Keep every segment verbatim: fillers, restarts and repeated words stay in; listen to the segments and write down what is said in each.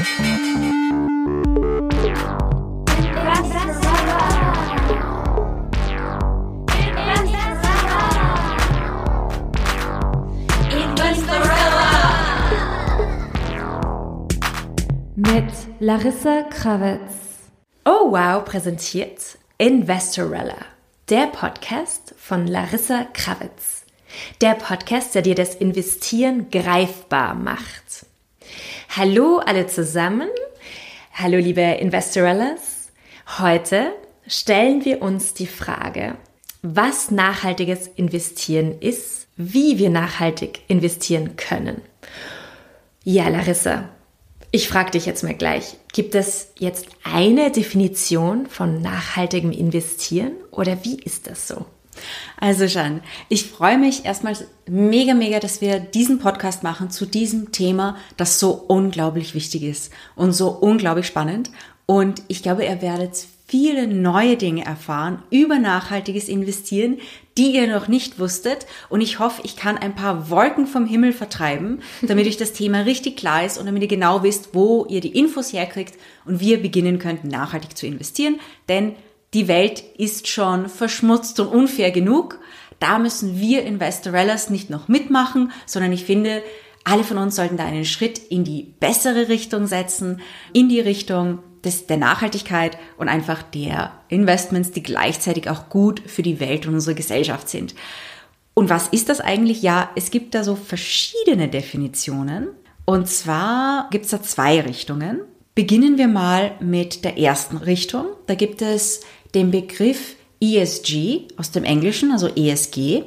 Mit Larissa Krawitz. Oh wow präsentiert Investorella, der Podcast von Larissa Krawitz. Der Podcast, der dir das Investieren greifbar macht. Hallo alle zusammen. Hallo liebe Investorellas. Heute stellen wir uns die Frage, was nachhaltiges Investieren ist, wie wir nachhaltig investieren können. Ja, Larissa, ich frage dich jetzt mal gleich, gibt es jetzt eine Definition von nachhaltigem Investieren oder wie ist das so? Also Jeanne, ich freue mich erstmal mega, mega, dass wir diesen Podcast machen zu diesem Thema, das so unglaublich wichtig ist und so unglaublich spannend. Und ich glaube, ihr werdet viele neue Dinge erfahren über nachhaltiges Investieren, die ihr noch nicht wusstet. Und ich hoffe, ich kann ein paar Wolken vom Himmel vertreiben, damit euch das Thema richtig klar ist und damit ihr genau wisst, wo ihr die Infos herkriegt und wie ihr beginnen könnt, nachhaltig zu investieren. Denn die Welt ist schon verschmutzt und unfair genug. Da müssen wir Investorellas nicht noch mitmachen, sondern ich finde, alle von uns sollten da einen Schritt in die bessere Richtung setzen, in die Richtung des, der Nachhaltigkeit und einfach der Investments, die gleichzeitig auch gut für die Welt und unsere Gesellschaft sind. Und was ist das eigentlich? Ja, es gibt da so verschiedene Definitionen. Und zwar gibt es da zwei Richtungen. Beginnen wir mal mit der ersten Richtung. Da gibt es den Begriff E S G aus dem Englischen, also E S G.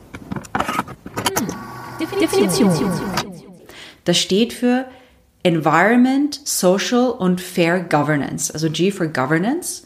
Hm, Definition. Das steht für Environment, Social und Fair Governance, also G for Governance.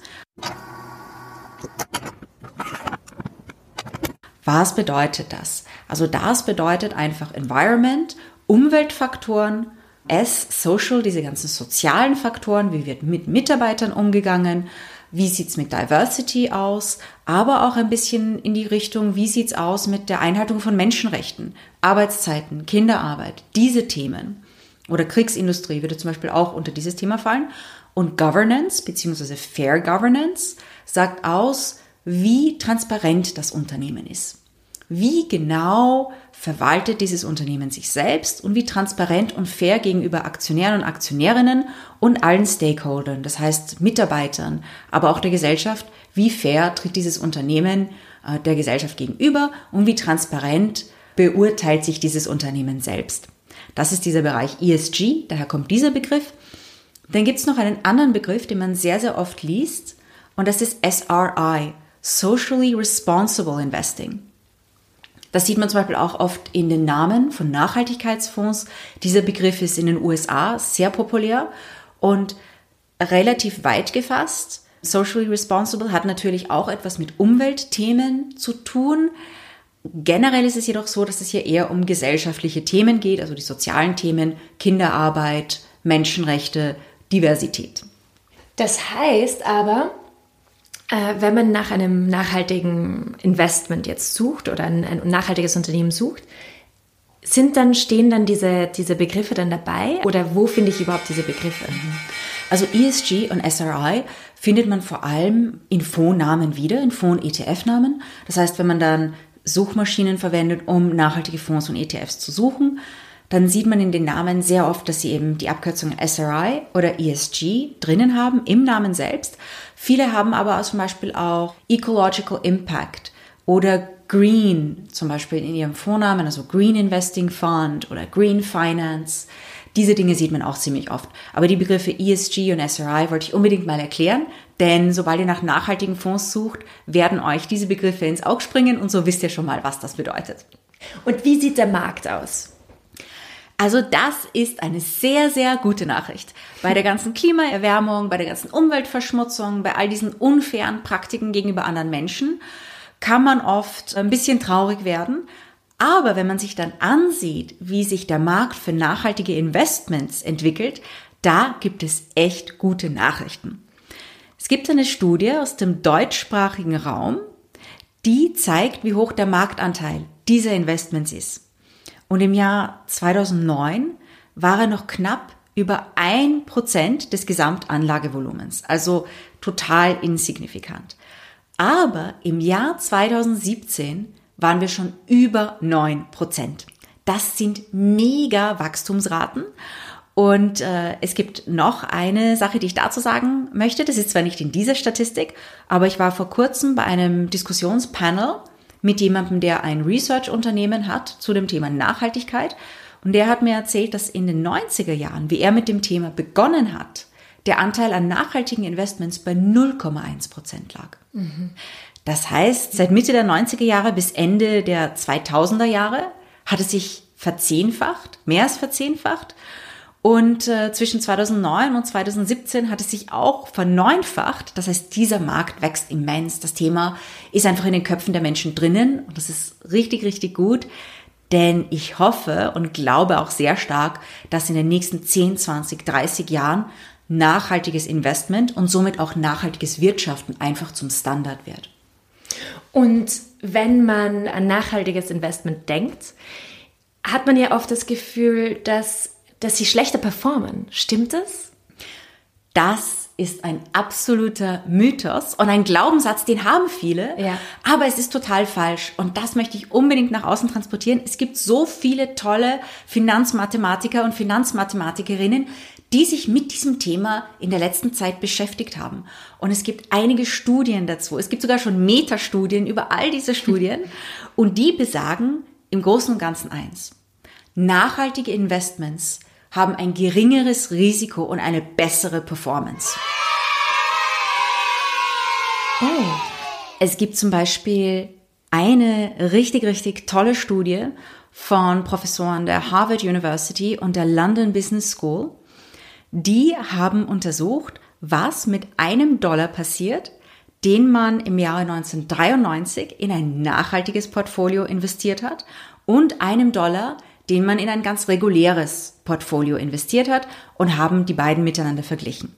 Was bedeutet das? Also das bedeutet einfach Environment, Umweltfaktoren, S, Social, diese ganzen sozialen Faktoren, wie wird mit Mitarbeitern umgegangen, wie sieht's mit Diversity aus, aber auch ein bisschen in die Richtung, wie sieht's aus mit der Einhaltung von Menschenrechten, Arbeitszeiten, Kinderarbeit, diese Themen. Oder Kriegsindustrie würde zum Beispiel auch unter dieses Thema fallen. Und Governance bzw. Fair Governance sagt aus, wie transparent das Unternehmen ist. Wie genau verwaltet dieses Unternehmen sich selbst und wie transparent und fair gegenüber Aktionären und Aktionärinnen und allen Stakeholdern, das heißt Mitarbeitern, aber auch der Gesellschaft, wie fair tritt dieses Unternehmen äh, der Gesellschaft gegenüber und wie transparent beurteilt sich dieses Unternehmen selbst. Das ist dieser Bereich E S G, daher kommt dieser Begriff. Dann gibt es noch einen anderen Begriff, den man sehr, sehr oft liest, und das ist S R I, Socially Responsible Investing. Das sieht man zum Beispiel auch oft in den Namen von Nachhaltigkeitsfonds. Dieser Begriff ist in den U S A sehr populär und relativ weit gefasst. Socially Responsible hat natürlich auch etwas mit Umweltthemen zu tun. Generell ist es jedoch so, dass es hier eher um gesellschaftliche Themen geht, also die sozialen Themen, Kinderarbeit, Menschenrechte, Diversität. Das heißt aber, äh, wenn man nach einem nachhaltigen Investment jetzt sucht oder ein, ein nachhaltiges Unternehmen sucht, sind dann, stehen dann diese, diese Begriffe dann dabei oder wo finde ich überhaupt diese Begriffe? Also E S G und S R I findet man vor allem in Fondsnamen wieder, in Fonds-E T F-Namen. Das heißt, wenn man dann Suchmaschinen verwendet, um nachhaltige Fonds und E T Fs zu suchen, dann sieht man in den Namen sehr oft, dass sie eben die Abkürzung S R I oder E S G drinnen haben, im Namen selbst. Viele haben aber zum Beispiel auch Ecological Impact oder Green, zum Beispiel in ihrem Vornamen, also Green Investing Fund oder Green Finance. Diese Dinge sieht man auch ziemlich oft. Aber die Begriffe E S G und S R I wollte ich unbedingt mal erklären, denn sobald ihr nach nachhaltigen Fonds sucht, werden euch diese Begriffe ins Auge springen und so wisst ihr schon mal, was das bedeutet. Und wie sieht der Markt aus? Also das ist eine sehr, sehr gute Nachricht. Bei der ganzen Klimaerwärmung, bei der ganzen Umweltverschmutzung, bei all diesen unfairen Praktiken gegenüber anderen Menschen kann man oft ein bisschen traurig werden. Aber wenn man sich dann ansieht, wie sich der Markt für nachhaltige Investments entwickelt, da gibt es echt gute Nachrichten. Es gibt eine Studie aus dem deutschsprachigen Raum, die zeigt, wie hoch der Marktanteil dieser Investments ist. Und im Jahr zweitausendneun war er noch knapp über ein Prozent des Gesamtanlagevolumens, also total insignifikant. Aber im Jahr zweitausendsiebzehn waren wir schon über neun Prozent. Das sind mega Wachstumsraten. Und äh, es gibt noch eine Sache, die ich dazu sagen möchte. Das ist zwar nicht in dieser Statistik, aber ich war vor kurzem bei einem Diskussionspanel mit jemandem, der ein Research-Unternehmen hat zu dem Thema Nachhaltigkeit. Und der hat mir erzählt, dass in den neunziger Jahren, wie er mit dem Thema begonnen hat, der Anteil an nachhaltigen Investments bei null Komma eins Prozent lag. Mhm. Das heißt, seit Mitte der neunziger Jahre bis Ende der zweitausender Jahre hat es sich verzehnfacht, mehr als verzehnfacht. Und äh, zwischen zweitausendneun und zweitausendsiebzehn hat es sich auch verneunfacht. Das heißt, dieser Markt wächst immens. Das Thema ist einfach in den Köpfen der Menschen drinnen. Und das ist richtig, richtig gut. Denn ich hoffe und glaube auch sehr stark, dass in den nächsten zehn, zwanzig, dreißig Jahren nachhaltiges Investment und somit auch nachhaltiges Wirtschaften einfach zum Standard wird. Und wenn man an nachhaltiges Investment denkt, hat man ja oft das Gefühl, dass dass sie schlechter performen. Stimmt das? Das ist ein absoluter Mythos und ein Glaubenssatz, den haben viele, ja. Aber es ist total falsch und das möchte ich unbedingt nach außen transportieren. Es gibt so viele tolle Finanzmathematiker und Finanzmathematikerinnen, die sich mit diesem Thema in der letzten Zeit beschäftigt haben. Und es gibt einige Studien dazu. Es gibt sogar schon Metastudien über all diese Studien und die besagen im Großen und Ganzen eins. Nachhaltige Investments haben ein geringeres Risiko und eine bessere Performance. Oh. Es gibt zum Beispiel eine richtig, richtig tolle Studie von Professoren der Harvard University und der London Business School. Die haben untersucht, was mit einem Dollar passiert, den man im Jahre neunzehnhundertdreiundneunzig in ein nachhaltiges Portfolio investiert hat und einem Dollar, den man in ein ganz reguläres Portfolio investiert hat und haben die beiden miteinander verglichen.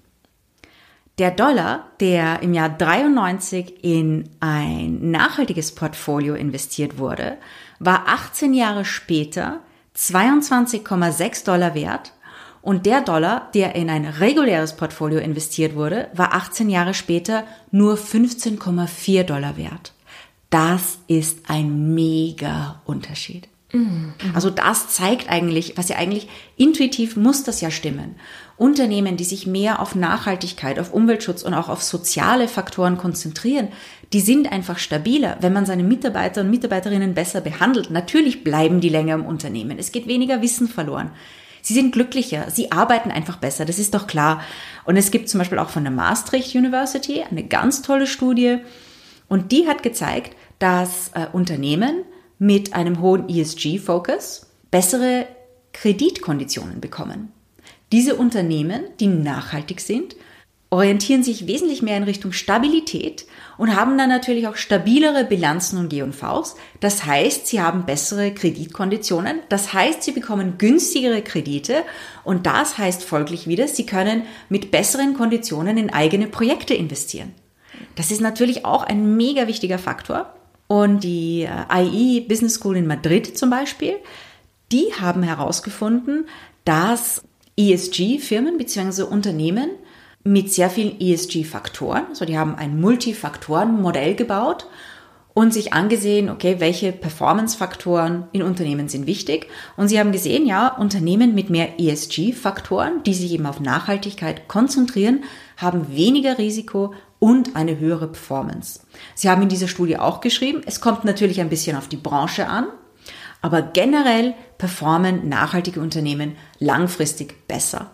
Der Dollar, der im Jahr dreiundneunzig in ein nachhaltiges Portfolio investiert wurde, war achtzehn Jahre später zweiundzwanzig Komma sechs Dollar wert und der Dollar, der in ein reguläres Portfolio investiert wurde, war achtzehn Jahre später nur fünfzehn Komma vier Dollar wert. Das ist ein mega Unterschied. Also das zeigt eigentlich, was ja eigentlich intuitiv muss das ja stimmen. Unternehmen, die sich mehr auf Nachhaltigkeit, auf Umweltschutz und auch auf soziale Faktoren konzentrieren, die sind einfach stabiler, wenn man seine Mitarbeiter und Mitarbeiterinnen besser behandelt. Natürlich bleiben die länger im Unternehmen. Es geht weniger Wissen verloren. Sie sind glücklicher, sie arbeiten einfach besser, das ist doch klar. Und es gibt zum Beispiel auch von der Maastricht University eine ganz tolle Studie und die hat gezeigt, dass äh, Unternehmen mit einem hohen E S G-Focus bessere Kreditkonditionen bekommen. Diese Unternehmen, die nachhaltig sind, orientieren sich wesentlich mehr in Richtung Stabilität und haben dann natürlich auch stabilere Bilanzen und G und Vs. Das heißt, sie haben bessere Kreditkonditionen. Das heißt, sie bekommen günstigere Kredite und das heißt folglich wieder, sie können mit besseren Konditionen in eigene Projekte investieren. Das ist natürlich auch ein mega wichtiger Faktor. Und die I E Business School in Madrid zum Beispiel, die haben herausgefunden, dass E S G-Firmen bzw. Unternehmen mit sehr vielen E S G-Faktoren, also die haben ein Multifaktoren-Modell gebaut und sich angesehen, okay, welche Performance-Faktoren in Unternehmen sind wichtig. Und sie haben gesehen, ja, Unternehmen mit mehr E S G-Faktoren, die sich eben auf Nachhaltigkeit konzentrieren, haben weniger Risiko und eine höhere Performance. Sie haben in dieser Studie auch geschrieben, es kommt natürlich ein bisschen auf die Branche an, aber generell performen nachhaltige Unternehmen langfristig besser.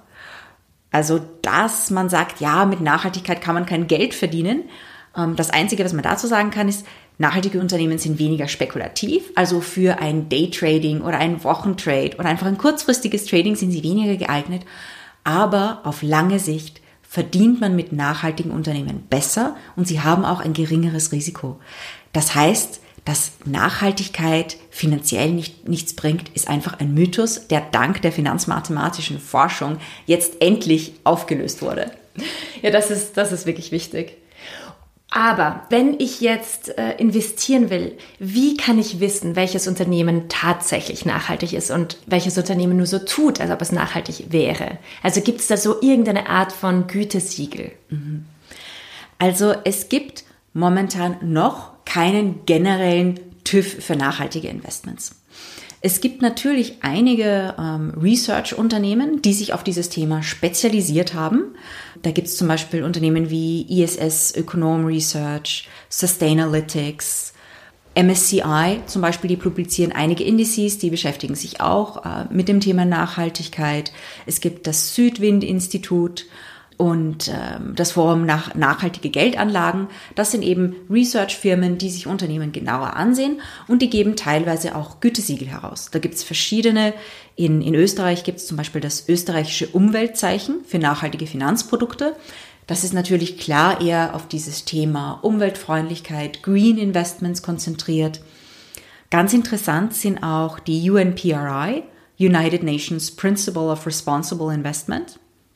Also, dass man sagt, ja, mit Nachhaltigkeit kann man kein Geld verdienen. Das Einzige, was man dazu sagen kann, ist, nachhaltige Unternehmen sind weniger spekulativ, also für ein Daytrading oder ein Wochentrade oder einfach ein kurzfristiges Trading sind sie weniger geeignet, aber auf lange Sicht verdient man mit nachhaltigen Unternehmen besser und sie haben auch ein geringeres Risiko. Das heißt, dass Nachhaltigkeit finanziell nicht, nichts bringt, ist einfach ein Mythos, der dank der finanzmathematischen Forschung jetzt endlich aufgelöst wurde. Ja, das ist, das ist wirklich wichtig. Aber wenn ich jetzt äh, investieren will, wie kann ich wissen, welches Unternehmen tatsächlich nachhaltig ist und welches Unternehmen nur so tut, als ob es nachhaltig wäre? Also gibt es da so irgendeine Art von Gütesiegel? Also es gibt momentan noch keinen generellen TÜV für nachhaltige Investments. Es gibt natürlich einige ähm, Research-Unternehmen, die sich auf dieses Thema spezialisiert haben. Da gibt es zum Beispiel Unternehmen wie I S S Ökonom Research, Sustainalytics, M S C I zum Beispiel, die publizieren einige Indizes, die beschäftigen sich auch äh, mit dem Thema Nachhaltigkeit. Es gibt das Südwind-Institut und ähm, das Forum nach nachhaltige Geldanlagen. Das sind eben Research-Firmen, die sich Unternehmen genauer ansehen und die geben teilweise auch Gütesiegel heraus. Da gibt es verschiedene. In, in Österreich gibt es zum Beispiel das österreichische Umweltzeichen für nachhaltige Finanzprodukte. Das ist natürlich klar eher auf dieses Thema Umweltfreundlichkeit, Green Investments konzentriert. Ganz interessant sind auch die U N P R I, United Nations Principle of Responsible Investment.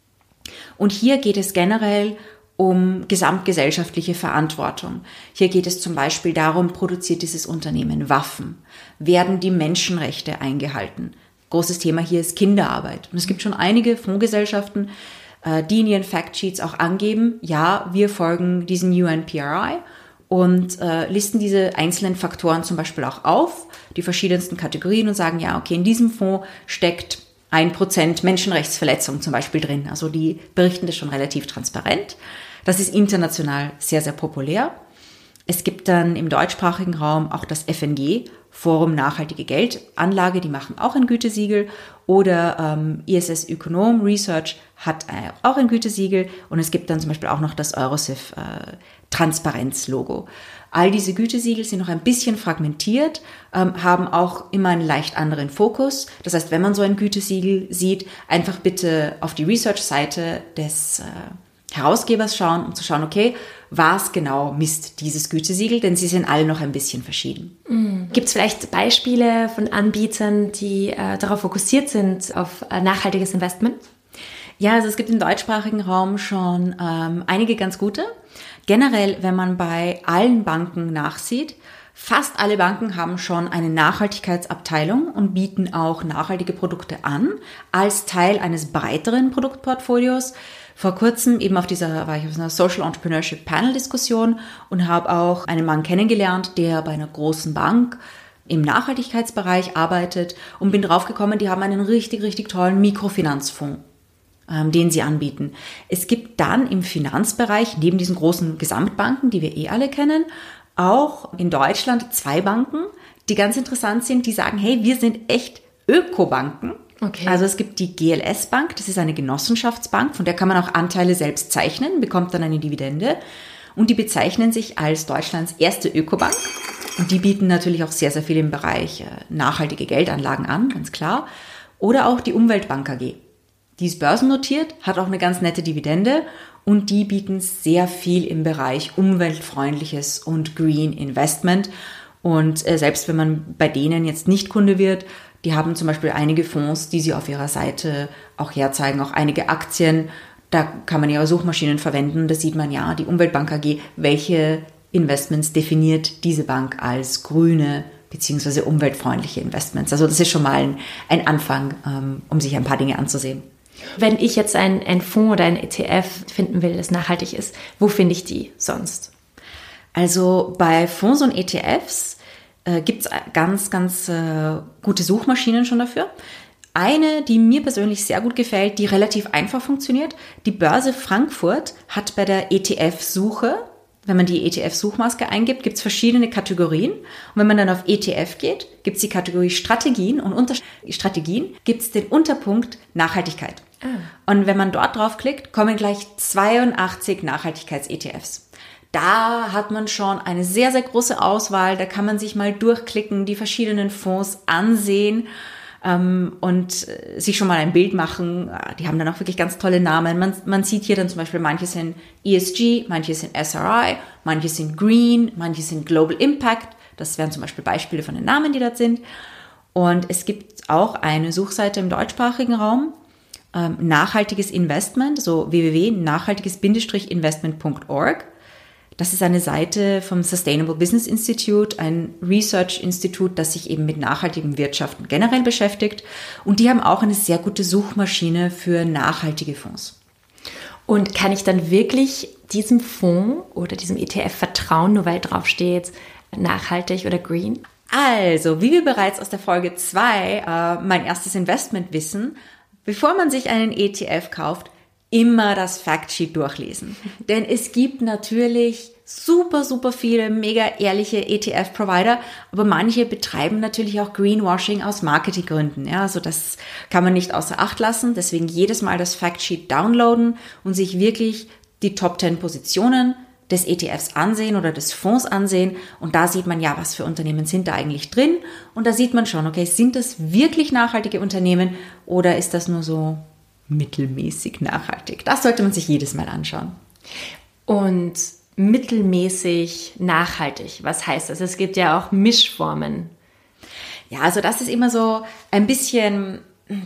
Und hier geht es generell um gesamtgesellschaftliche Verantwortung. Hier geht es zum Beispiel darum, produziert dieses Unternehmen Waffen? Werden die Menschenrechte eingehalten? Großes Thema hier ist Kinderarbeit. Und es gibt schon einige Fondsgesellschaften, die in ihren Factsheets auch angeben, ja, wir folgen diesem U N P R I und äh, listen diese einzelnen Faktoren zum Beispiel auch auf, die verschiedensten Kategorien und sagen, ja, okay, in diesem Fonds steckt ein Prozent Menschenrechtsverletzung zum Beispiel drin. Also die berichten das schon relativ transparent. Das ist international sehr, sehr populär. Es gibt dann im deutschsprachigen Raum auch das F N G, Forum Nachhaltige Geldanlage, die machen auch ein Gütesiegel. Oder ähm, I S S Ökonom Research hat äh, auch ein Gütesiegel. Und es gibt dann zum Beispiel auch noch das Eurosif äh, Transparenz-Logo. All diese Gütesiegel sind noch ein bisschen fragmentiert, ähm, haben auch immer einen leicht anderen Fokus. Das heißt, wenn man so ein Gütesiegel sieht, einfach bitte auf die Research-Seite des äh, Herausgebers schauen, um zu schauen, okay, was genau misst dieses Gütesiegel, denn sie sind alle noch ein bisschen verschieden. Mhm. Gibt es vielleicht Beispiele von Anbietern, die äh, darauf fokussiert sind, auf äh, nachhaltiges Investment? Ja, also es gibt im deutschsprachigen Raum schon ähm, einige ganz gute. Generell, wenn man bei allen Banken nachsieht, fast alle Banken haben schon eine Nachhaltigkeitsabteilung und bieten auch nachhaltige Produkte an, als Teil eines breiteren Produktportfolios. Vor kurzem eben auf dieser, war ich auf einer Social Entrepreneurship Panel Diskussion und habe auch einen Mann kennengelernt, der bei einer großen Bank im Nachhaltigkeitsbereich arbeitet und bin draufgekommen, die haben einen richtig, richtig tollen Mikrofinanzfonds, ähm, den sie anbieten. Es gibt dann im Finanzbereich, neben diesen großen Gesamtbanken, die wir eh alle kennen, auch in Deutschland zwei Banken, die ganz interessant sind, die sagen, hey, wir sind echt Ökobanken. Okay. Also es gibt die G L S Bank, das ist eine Genossenschaftsbank, von der kann man auch Anteile selbst zeichnen, bekommt dann eine Dividende. Und die bezeichnen sich als Deutschlands erste Ökobank. Und die bieten natürlich auch sehr, sehr viel im Bereich nachhaltige Geldanlagen an, ganz klar. Oder auch die Umweltbank A G. Die ist börsennotiert, hat auch eine ganz nette Dividende und die bieten sehr viel im Bereich umweltfreundliches und Green Investment. Und äh, selbst wenn man bei denen jetzt nicht Kunde wird, die haben zum Beispiel einige Fonds, die sie auf ihrer Seite auch herzeigen, auch einige Aktien. Da kann man ihre Suchmaschinen verwenden. Da sieht man ja, die Umweltbank A G, welche Investments definiert diese Bank als grüne bzw. umweltfreundliche Investments. Also das ist schon mal ein, ein Anfang, ähm, um sich ein paar Dinge anzusehen. Wenn ich jetzt ein, ein Fonds oder ein E T F finden will, das nachhaltig ist, wo finde ich die sonst? Also bei Fonds und E T Fs äh, gibt es ganz, ganz äh, gute Suchmaschinen schon dafür. Eine, die mir persönlich sehr gut gefällt, die relativ einfach funktioniert. Die Börse Frankfurt hat bei der E T F-Suche, wenn man die E T F-Suchmaske eingibt, gibt es verschiedene Kategorien. Und wenn man dann auf E T F geht, gibt es die Kategorie Strategien und unter Strategien gibt es den Unterpunkt Nachhaltigkeit. Ah. Und wenn man dort draufklickt, kommen gleich zweiundachtzig Nachhaltigkeits-E T Fs. Da hat man schon eine sehr, sehr große Auswahl. Da kann man sich mal durchklicken, die verschiedenen Fonds ansehen ähm, und äh, sich schon mal ein Bild machen. Die haben dann auch wirklich ganz tolle Namen. Man, man sieht hier dann zum Beispiel, manche sind E S G, manche sind S R I, manche sind Green, manche sind Global Impact. Das wären zum Beispiel Beispiele von den Namen, die dort sind. Und es gibt auch eine Suchseite im deutschsprachigen Raum, ähm, nachhaltiges Investment, so w w w punkt nachhaltiges Bindestrich investment punkt org. Das ist eine Seite vom Sustainable Business Institute, ein Research-Institut, das sich eben mit nachhaltigem Wirtschaften generell beschäftigt. Und die haben auch eine sehr gute Suchmaschine für nachhaltige Fonds. Und kann ich dann wirklich diesem Fonds oder diesem E T F vertrauen, nur weil drauf steht, nachhaltig oder green? Also, wie wir bereits aus der Folge zwei, äh, mein erstes Investment wissen, bevor man sich einen E T F kauft, immer das Factsheet durchlesen. Denn es gibt natürlich super, super viele mega ehrliche E T F-Provider, aber manche betreiben natürlich auch Greenwashing aus Marketinggründen. Ja, also das kann man nicht außer Acht lassen. Deswegen jedes Mal das Factsheet downloaden und sich wirklich die Top zehn Positionen des E T Fs ansehen oder des Fonds ansehen. Und da sieht man ja, was für Unternehmen sind da eigentlich drin. Und da sieht man schon, okay, sind das wirklich nachhaltige Unternehmen oder ist das nur so mittelmäßig nachhaltig? Das sollte man sich jedes Mal anschauen. Und mittelmäßig nachhaltig, was heißt das? Es gibt ja auch Mischformen. Ja, also das ist immer so ein bisschen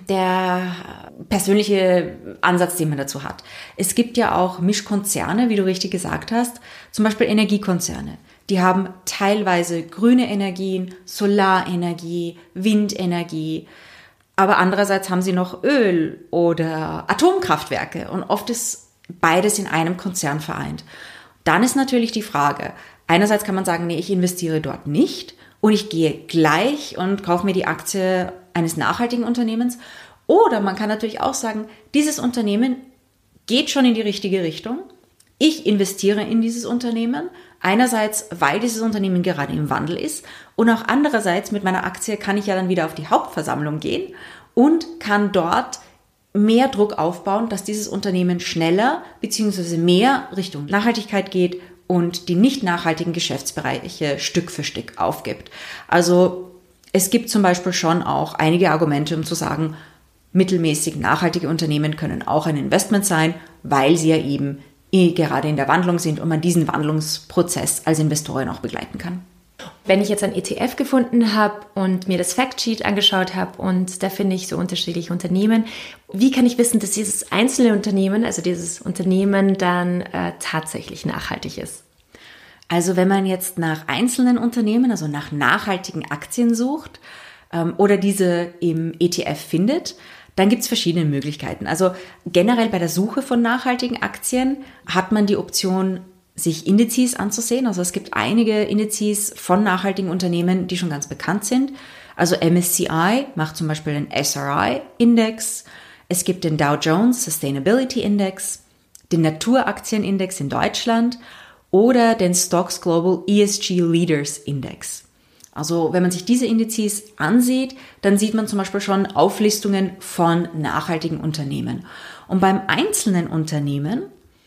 der persönliche Ansatz, den man dazu hat. Es gibt ja auch Mischkonzerne, wie du richtig gesagt hast, zum Beispiel Energiekonzerne. Die haben teilweise grüne Energien, Solarenergie, Windenergie, aber andererseits haben sie noch Öl- oder Atomkraftwerke und oft ist beides in einem Konzern vereint. Dann ist natürlich die Frage, einerseits kann man sagen, nee, ich investiere dort nicht und ich gehe gleich und kaufe mir die Aktie eines nachhaltigen Unternehmens. Oder man kann natürlich auch sagen, dieses Unternehmen geht schon in die richtige Richtung. Ich investiere in dieses Unternehmen. Einerseits, weil dieses Unternehmen gerade im Wandel ist und auch andererseits mit meiner Aktie kann ich ja dann wieder auf die Hauptversammlung gehen und kann dort mehr Druck aufbauen, dass dieses Unternehmen schneller bzw. mehr Richtung Nachhaltigkeit geht und die nicht nachhaltigen Geschäftsbereiche Stück für Stück aufgibt. Also es gibt zum Beispiel schon auch einige Argumente, um zu sagen, mittelmäßig nachhaltige Unternehmen können auch ein Investment sein, weil sie ja eben eh gerade in der Wandlung sind und man diesen Wandlungsprozess als Investorin auch begleiten kann. Wenn ich jetzt ein E T F gefunden habe und mir das Factsheet angeschaut habe und da finde ich so unterschiedliche Unternehmen, wie kann ich wissen, dass dieses einzelne Unternehmen, also dieses Unternehmen dann äh, tatsächlich nachhaltig ist? Also wenn man jetzt nach einzelnen Unternehmen, also nach nachhaltigen Aktien sucht ähm, oder diese im E T F findet, dann gibt es verschiedene Möglichkeiten. Also generell bei der Suche von nachhaltigen Aktien hat man die Option, sich Indizes anzusehen. Also es gibt einige Indizes von nachhaltigen Unternehmen, die schon ganz bekannt sind. Also M S C I macht zum Beispiel den S R I-Index. Es gibt den Dow Jones Sustainability Index, den Naturaktienindex in Deutschland oder den Stocks Global E S G Leaders Index. Also wenn man sich diese Indizes ansieht, dann sieht man zum Beispiel schon Auflistungen von nachhaltigen Unternehmen. Und beim einzelnen Unternehmen,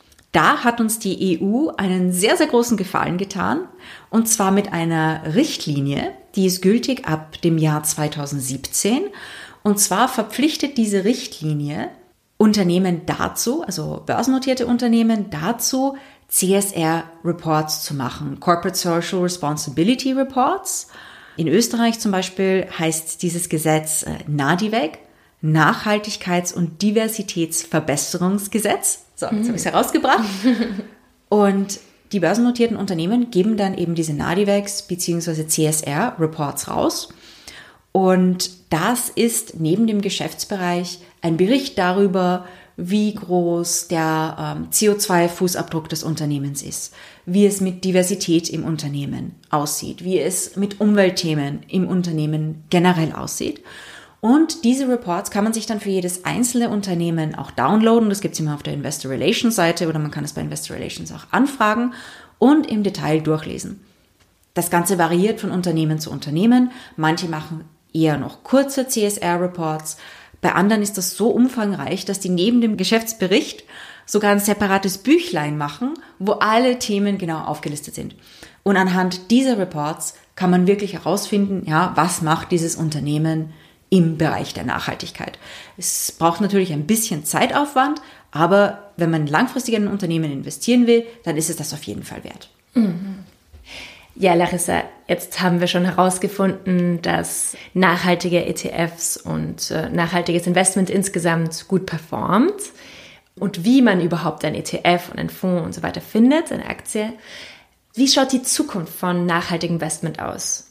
da hat uns die E U einen sehr, sehr großen Gefallen getan. Und zwar mit einer Richtlinie, die ist gültig ab dem Jahr zweitausendsiebzehn. Und zwar verpflichtet diese Richtlinie Unternehmen dazu, also börsennotierte Unternehmen dazu, C S R-Reports zu machen, Corporate Social Responsibility Reports. In Österreich zum Beispiel heißt dieses Gesetz äh, NADIVEG, Nachhaltigkeits- und Diversitätsverbesserungsgesetz. So, jetzt mhm. habe ich es herausgebracht. Und die börsennotierten Unternehmen geben dann eben diese NADIVEGs bzw. C S R-Reports raus. Und das ist neben dem Geschäftsbereich ein Bericht darüber, wie groß der ähm, C O zwei Fußabdruck des Unternehmens ist, wie es mit Diversität im Unternehmen aussieht, wie es mit Umweltthemen im Unternehmen generell aussieht. Und diese Reports kann man sich dann für jedes einzelne Unternehmen auch downloaden. Das gibt es immer auf der Investor Relations Seite oder man kann es bei Investor Relations auch anfragen und im Detail durchlesen. Das Ganze variiert von Unternehmen zu Unternehmen. Manche machen eher noch kurze C S R-Reports. Bei anderen ist das so umfangreich, dass die neben dem Geschäftsbericht sogar ein separates Büchlein machen, wo alle Themen genau aufgelistet sind. Und anhand dieser Reports kann man wirklich herausfinden, ja, was macht dieses Unternehmen im Bereich der Nachhaltigkeit. Es braucht natürlich ein bisschen Zeitaufwand, aber wenn man langfristig in ein Unternehmen investieren will, dann ist es das auf jeden Fall wert. Mhm. Ja, Larissa, jetzt haben wir schon herausgefunden, dass nachhaltige E T Fs und äh, nachhaltiges Investment insgesamt gut performt und wie man überhaupt ein E T F und ein Fonds und so weiter findet, eine Aktie. Wie schaut die Zukunft von nachhaltigem Investment aus?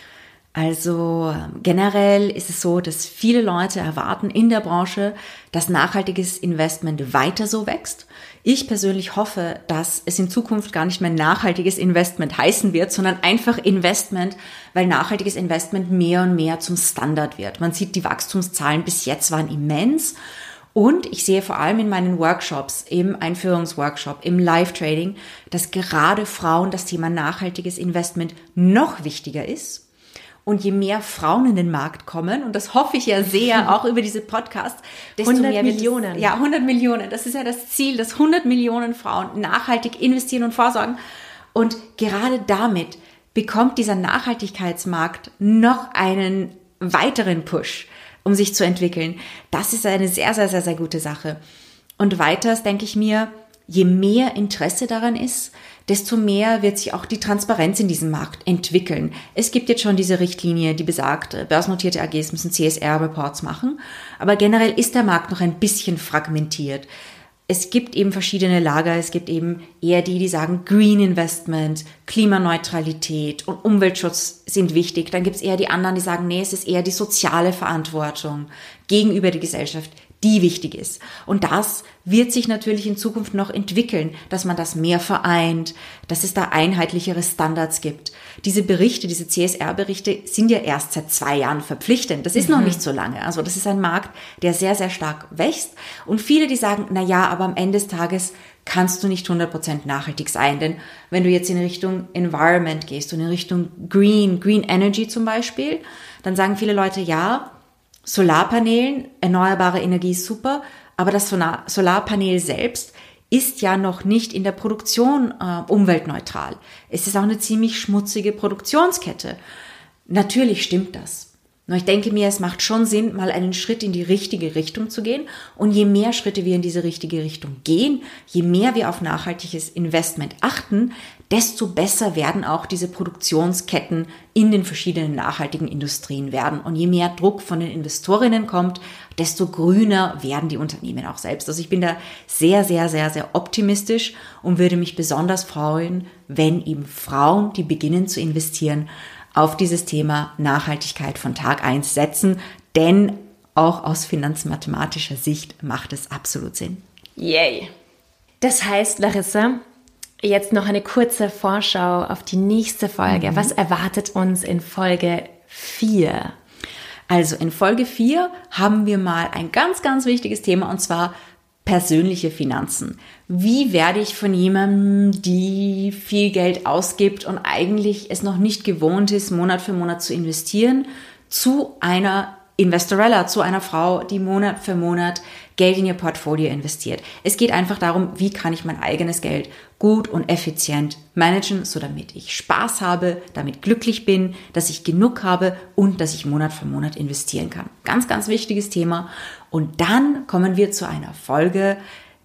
Also generell ist es so, dass viele Leute erwarten in der Branche, dass nachhaltiges Investment weiter so wächst. Ich persönlich hoffe, dass es in Zukunft gar nicht mehr nachhaltiges Investment heißen wird, sondern einfach Investment, weil nachhaltiges Investment mehr und mehr zum Standard wird. Man sieht, die Wachstumszahlen bis jetzt waren immens. Und ich sehe vor allem in meinen Workshops, im Einführungsworkshop, im Live-Trading, dass gerade Frauen das Thema nachhaltiges Investment noch wichtiger ist. Und je mehr Frauen in den Markt kommen, und das hoffe ich ja sehr, auch über diese Podcasts, desto hundert mehr Millionen. Es, ja, hundert Millionen. Das ist ja das Ziel, dass hundert Millionen Frauen nachhaltig investieren und vorsorgen. Und gerade damit bekommt dieser Nachhaltigkeitsmarkt noch einen weiteren Push, um sich zu entwickeln. Das ist eine sehr, sehr, sehr, sehr gute Sache. Und weiters denke ich mir, je mehr Interesse daran ist, desto mehr wird sich auch die Transparenz in diesem Markt entwickeln. Es gibt jetzt schon diese Richtlinie, die besagt, börsennotierte A Gs müssen C S R-Reports machen. Aber generell ist der Markt noch ein bisschen fragmentiert. Es gibt eben verschiedene Lager. Es gibt eben eher die, die sagen, Green Investment, Klimaneutralität und Umweltschutz sind wichtig. Dann gibt es eher die anderen, die sagen, nee, es ist eher die soziale Verantwortung gegenüber der Gesellschaft, die wichtig ist. Und das wird sich natürlich in Zukunft noch entwickeln, dass man das mehr vereint, dass es da einheitlichere Standards gibt. Diese Berichte, diese C S R-Berichte sind ja erst seit zwei Jahren verpflichtend. Das ist mhm. noch nicht so lange. Also das ist ein Markt, der sehr, sehr stark wächst. Und viele, die sagen, na ja, aber am Ende des Tages kannst du nicht hundert Prozent nachhaltig sein. Denn wenn du jetzt in Richtung Environment gehst und in Richtung Green, Green Energy zum Beispiel, dann sagen viele Leute, ja, Solarpanelen, erneuerbare Energie ist super, aber das Solarpanel selbst ist ja noch nicht in der Produktion äh, umweltneutral. Es ist auch eine ziemlich schmutzige Produktionskette. Natürlich stimmt das. Nur ich denke mir, es macht schon Sinn, mal einen Schritt in die richtige Richtung zu gehen. Und je mehr Schritte wir in diese richtige Richtung gehen, je mehr wir auf nachhaltiges Investment achten, desto besser werden auch diese Produktionsketten in den verschiedenen nachhaltigen Industrien werden. Und je mehr Druck von den Investorinnen kommt, desto grüner werden die Unternehmen auch selbst. Also ich bin da sehr, sehr, sehr, sehr optimistisch und würde mich besonders freuen, wenn eben Frauen, die beginnen zu investieren, auf dieses Thema Nachhaltigkeit von Tag eins setzen, denn auch aus finanzmathematischer Sicht macht es absolut Sinn. Yay! Das heißt, Larissa, jetzt noch eine kurze Vorschau auf die nächste Folge. Mhm. Was erwartet uns in Folge vier? Also in Folge vier haben wir mal ein ganz, ganz wichtiges Thema, und zwar persönliche Finanzen. Wie werde ich von jemandem, die viel Geld ausgibt und eigentlich es noch nicht gewohnt ist, Monat für Monat zu investieren, zu einer Investorella, zu einer Frau, die Monat für Monat Geld in ihr Portfolio investiert. Es geht einfach darum, wie kann ich mein eigenes Geld gut und effizient managen, so damit ich Spaß habe, damit glücklich bin, dass ich genug habe und dass ich Monat für Monat investieren kann. Ganz, ganz wichtiges Thema. Und dann kommen wir zu einer Folge,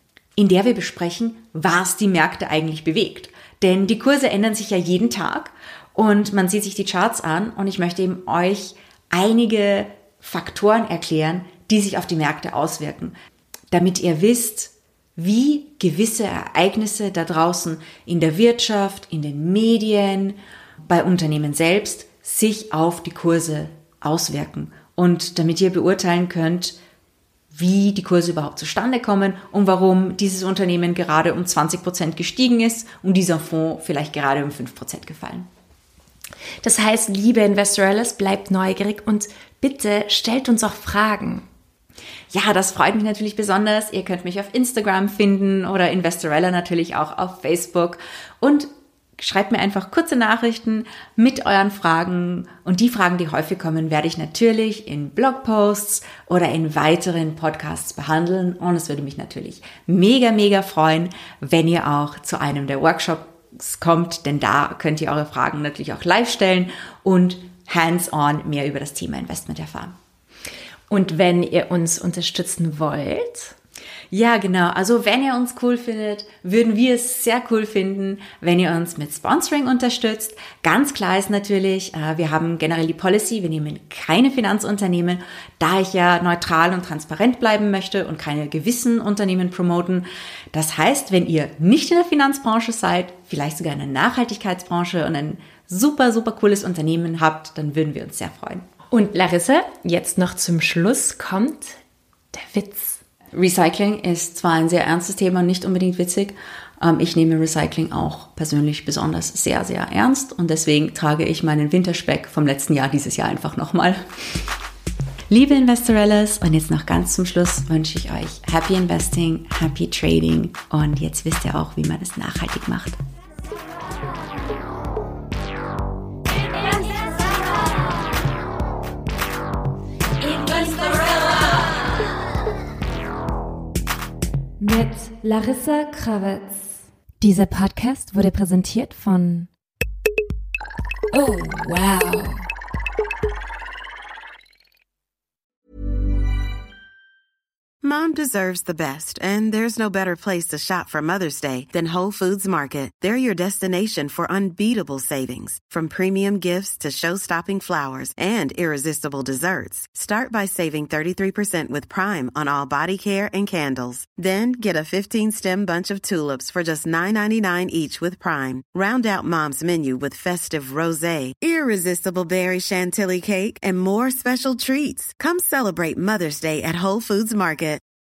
in der wir besprechen, was die Märkte eigentlich bewegt. Denn die Kurse ändern sich ja jeden Tag und man sieht sich die Charts an, und ich möchte eben euch einige Faktoren erklären, die sich auf die Märkte auswirken, damit ihr wisst, wie gewisse Ereignisse da draußen in der Wirtschaft, in den Medien, bei Unternehmen selbst sich auf die Kurse auswirken, und damit ihr beurteilen könnt, wie die Kurse überhaupt zustande kommen und warum dieses Unternehmen gerade um zwanzig Prozent gestiegen ist und dieser Fonds vielleicht gerade um fünf Prozent gefallen. Das heißt, liebe Investorellas, bleibt neugierig und bitte stellt uns auch Fragen. Ja, das freut mich natürlich besonders. Ihr könnt mich auf Instagram finden oder Investorella natürlich auch auf Facebook, und schreibt mir einfach kurze Nachrichten mit euren Fragen, und die Fragen, die häufig kommen, werde ich natürlich in Blogposts oder in weiteren Podcasts behandeln, und es würde mich natürlich mega, mega freuen, wenn ihr auch zu einem der Workshops kommt, denn da könnt ihr eure Fragen natürlich auch live stellen und hands-on mehr über das Thema Investment erfahren. Und wenn ihr uns unterstützen wollt, Ja, genau. Also wenn ihr uns cool findet, würden wir es sehr cool finden, wenn ihr uns mit Sponsoring unterstützt. Ganz klar ist natürlich, wir haben generell die Policy, wir nehmen keine Finanzunternehmen, da ich ja neutral und transparent bleiben möchte und keine gewissen Unternehmen promoten. Das heißt, wenn ihr nicht in der Finanzbranche seid, vielleicht sogar in der Nachhaltigkeitsbranche und ein super, super cooles Unternehmen habt, dann würden wir uns sehr freuen. Und Larissa, jetzt noch zum Schluss kommt der Witz. Recycling ist zwar ein sehr ernstes Thema und nicht unbedingt witzig. Ich nehme Recycling auch persönlich besonders sehr, sehr ernst und deswegen trage ich meinen Winterspeck vom letzten Jahr dieses Jahr einfach nochmal. Liebe Investorellas, und jetzt noch ganz zum Schluss wünsche ich euch Happy Investing, Happy Trading und jetzt wisst ihr auch, wie man es nachhaltig macht. Mit Larissa Kravitz. Dieser Podcast wurde präsentiert von Oh, wow. Mom deserves the best, and there's no better place to shop for Mother's Day than Whole Foods Market. They're your destination for unbeatable savings, from premium gifts to show-stopping flowers and irresistible desserts. Start by saving thirty-three percent with Prime on all body care and candles. Then get a fifteen-stem bunch of tulips for just nine ninety-nine each with Prime. Round out Mom's menu with festive rosé, irresistible berry chantilly cake, and more special treats. Come celebrate Mother's Day at Whole Foods Market.